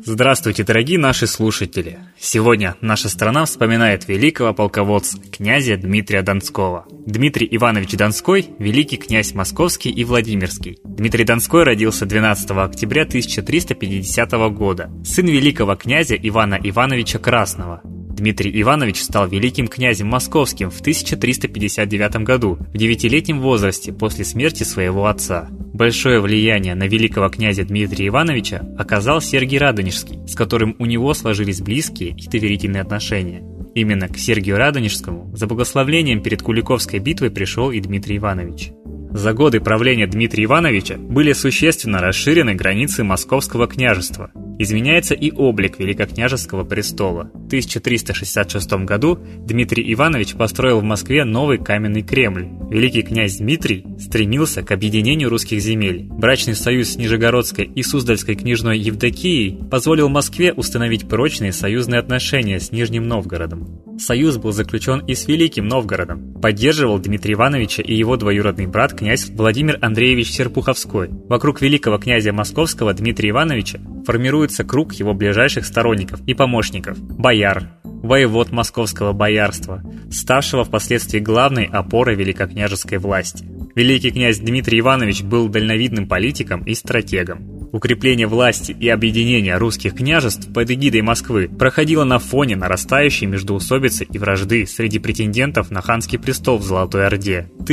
Здравствуйте, дорогие наши слушатели! Сегодня наша страна вспоминает великого полководца, князя Дмитрия Донского. Дмитрий Иванович Донской – великий князь Московский и Владимирский. Дмитрий Донской родился 12 октября 1350 года, сын великого князя Ивана Ивановича Красного. Дмитрий Иванович стал великим князем московским в 1359 году, в 9-летнем возрасте после смерти своего отца. Большое влияние на великого князя Дмитрия Ивановича оказал Сергий Радонежский, с которым у него сложились близкие и доверительные отношения. Именно к Сергию Радонежскому за благословением перед Куликовской битвой пришел и Дмитрий Иванович. За годы правления Дмитрия Ивановича были существенно расширены границы Московского княжества. Изменяется и облик Великокняжеского престола. В 1366 году Дмитрий Иванович построил в Москве новый каменный Кремль. Великий князь Дмитрий стремился к объединению русских земель. Брачный союз с Нижегородской и Суздальской княжной Евдокией позволил Москве установить прочные союзные отношения с Нижним Новгородом. Союз был заключен и с Великим Новгородом. Поддерживал Дмитрия Ивановича и его двоюродный брат князь Владимир Андреевич Серпуховской. Вокруг великого князя Московского Дмитрия Ивановича формируется круг его ближайших сторонников и помощников – бояр, воевод московского боярства, ставшего впоследствии главной опорой великокняжеской власти. Великий князь Дмитрий Иванович был дальновидным политиком и стратегом. Укрепление власти и объединение русских княжеств под эгидой Москвы проходило на фоне нарастающей междоусобицы и вражды среди претендентов на ханский престол в Золотой Орде. В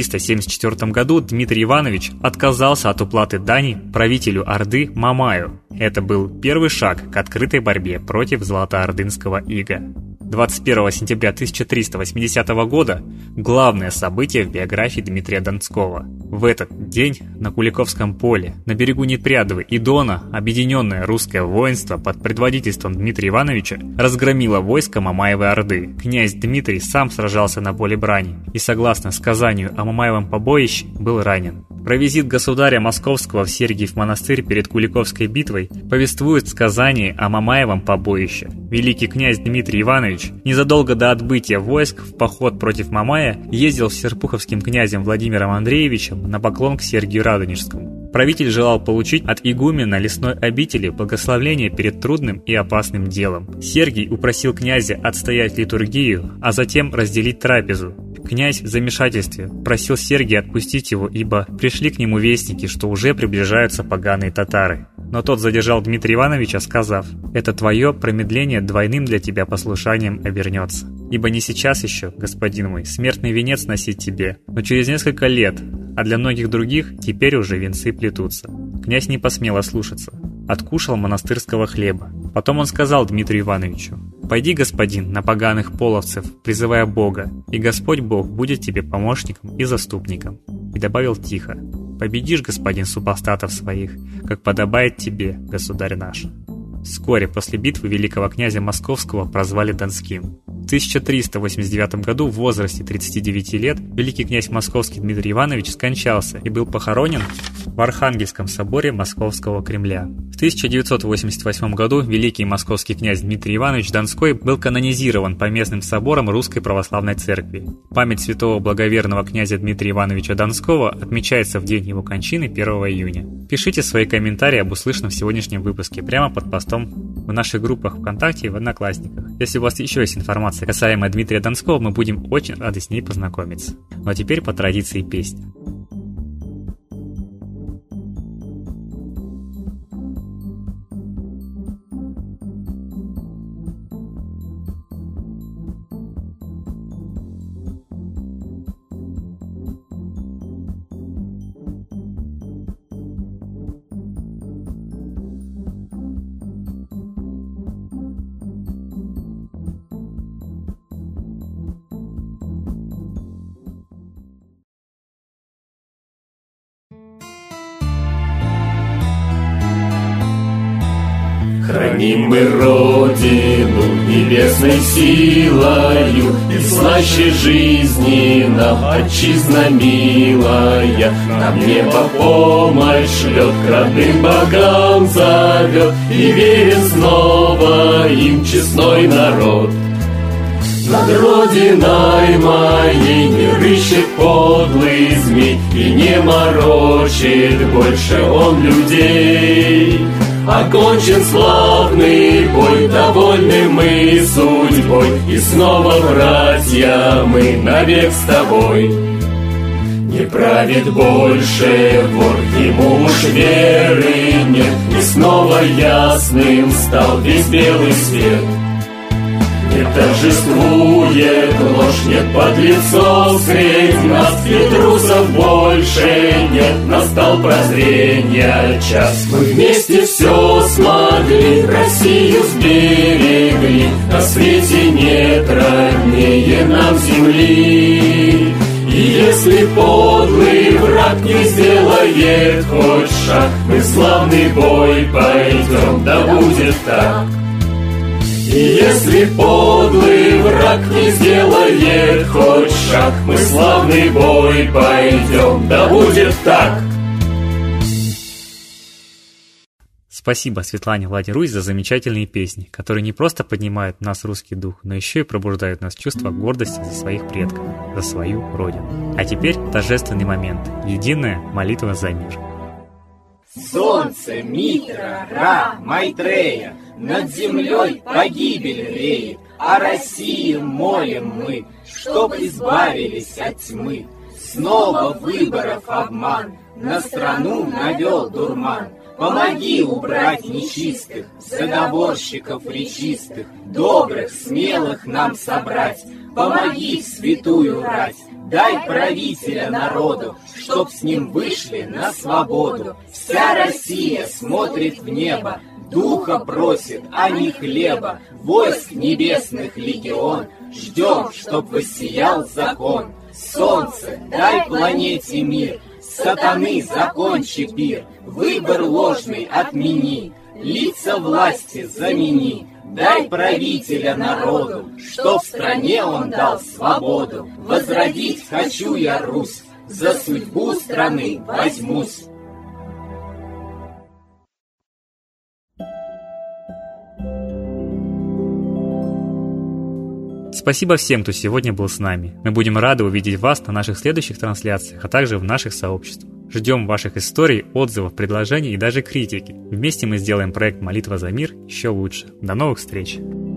1374 году Дмитрий Иванович отказался от уплаты дани правителю Орды Мамаю. Это был первый шаг к открытой борьбе против золотоордынского ига. 21 сентября 1380 года – главное событие в биографии Дмитрия Донского. В этот день на Куликовском поле, на берегу Непрядовы и Дона, объединенное русское воинство под предводительством Дмитрия Ивановича разгромило войско Мамаевой Орды. Князь Дмитрий сам сражался на поле брани и, согласно сказанию о Мамаевом побоище, был ранен. Про визит государя Московского в Сергиев монастырь перед Куликовской битвой повествует сказание о Мамаевом побоище. Великий князь Дмитрий Иванович незадолго до отбытия войск в поход против Мамая ездил с серпуховским князем Владимиром Андреевичем на поклон к Сергию Радонежскому. Правитель желал получить от игумена лесной обители благословение перед трудным и опасным делом. Сергий упросил князя отстоять литургию, а затем разделить трапезу. Князь в замешательстве просил Сергия отпустить его, ибо пришли к нему вестники, что уже приближаются поганые татары. Но тот задержал Дмитрия Ивановича, сказав: «Это твое промедление двойным для тебя послушанием обернется. Ибо не сейчас еще, господин мой, смертный венец носить тебе, но через несколько лет, а для многих других теперь уже венцы плетутся». Князь не посмел ослушаться, откушал монастырского хлеба. Потом он сказал Дмитрию Ивановичу: «Пойди, господин, на поганых половцев, призывая Бога, и Господь Бог будет тебе помощником и заступником». И добавил тихо: «Победишь, господин, супостатов своих, как подобает тебе, государь наш». Вскоре после битвы великого князя Московского прозвали Донским. В 1389 году в возрасте 39 лет великий князь Московский Дмитрий Иванович скончался и был похоронен в Архангельском соборе Московского Кремля. В 1988 году великий московский князь Дмитрий Иванович Донской был канонизирован по местным соборам Русской Православной Церкви. Память святого благоверного князя Дмитрия Ивановича Донского отмечается в день его кончины 1 июня. Пишите свои комментарии об услышанном в сегодняшнем выпуске прямо под постом в наших группах ВКонтакте и в Одноклассниках. Если у вас еще есть информация касаемая Дмитрия Донского, мы будем очень рады с ней познакомиться. Ну а теперь по традиции песня. Храним мы Родину небесной силою, и слаще жизни нам отчизна милая. Нам небо помощь шлет, к родным богам зовет, и верен снова им честной народ. Над родиной моей не рыщет подлый змей, и не морочит больше он людей. Окончен славный бой, довольны мы судьбой, и снова, братья, мы навек с тобой. Не правит больше вор, ему уж веры нет, и снова ясным стал весь белый свет. Не торжествует ложь, нет подлецов средь нас, и трусов больше нет, настал прозрения час. Мы вместе все смогли, Россию сберегли, на свете нет ровнее нам земли. И если подлый враг не сделает хоть шаг, мы в славный бой пойдем, да будет так. И если подлый враг не сделает хоть шаг, мы в славный бой пойдем, да будет так. Спасибо Светлане Ладе Русь за замечательные песни, которые не просто поднимают в нас русский дух, но еще и пробуждают в нас чувство гордости за своих предков, за свою родину. А теперь торжественный момент. Единая молитва за мир. Солнце, Митра, Ра, Майтрея, над землей погибель реет, о России молим мы, чтоб избавились от тьмы. Снова выборов обман, на страну навел дурман. Помоги убрать нечистых, заговорщиков речистых, добрых, смелых нам собрать. Помоги в святую рать, дай правителя народу, чтоб с ним вышли на свободу. Вся Россия смотрит в небо, духа просит, а не хлеба. Войск небесных легион, ждем, чтоб воссиял закон. Солнце, дай планете мир, сатаны закончи пир, выбор ложный отмени, лица власти замени. Дай правителя народу, чтоб в стране он дал свободу. Возродить хочу я Русь, за судьбу страны возьмусь. Спасибо всем, кто сегодня был с нами. Мы будем рады увидеть вас на наших следующих трансляциях, а также в наших сообществах. Ждем ваших историй, отзывов, предложений и даже критики. Вместе мы сделаем проект «Молитва за мир» еще лучше. До новых встреч!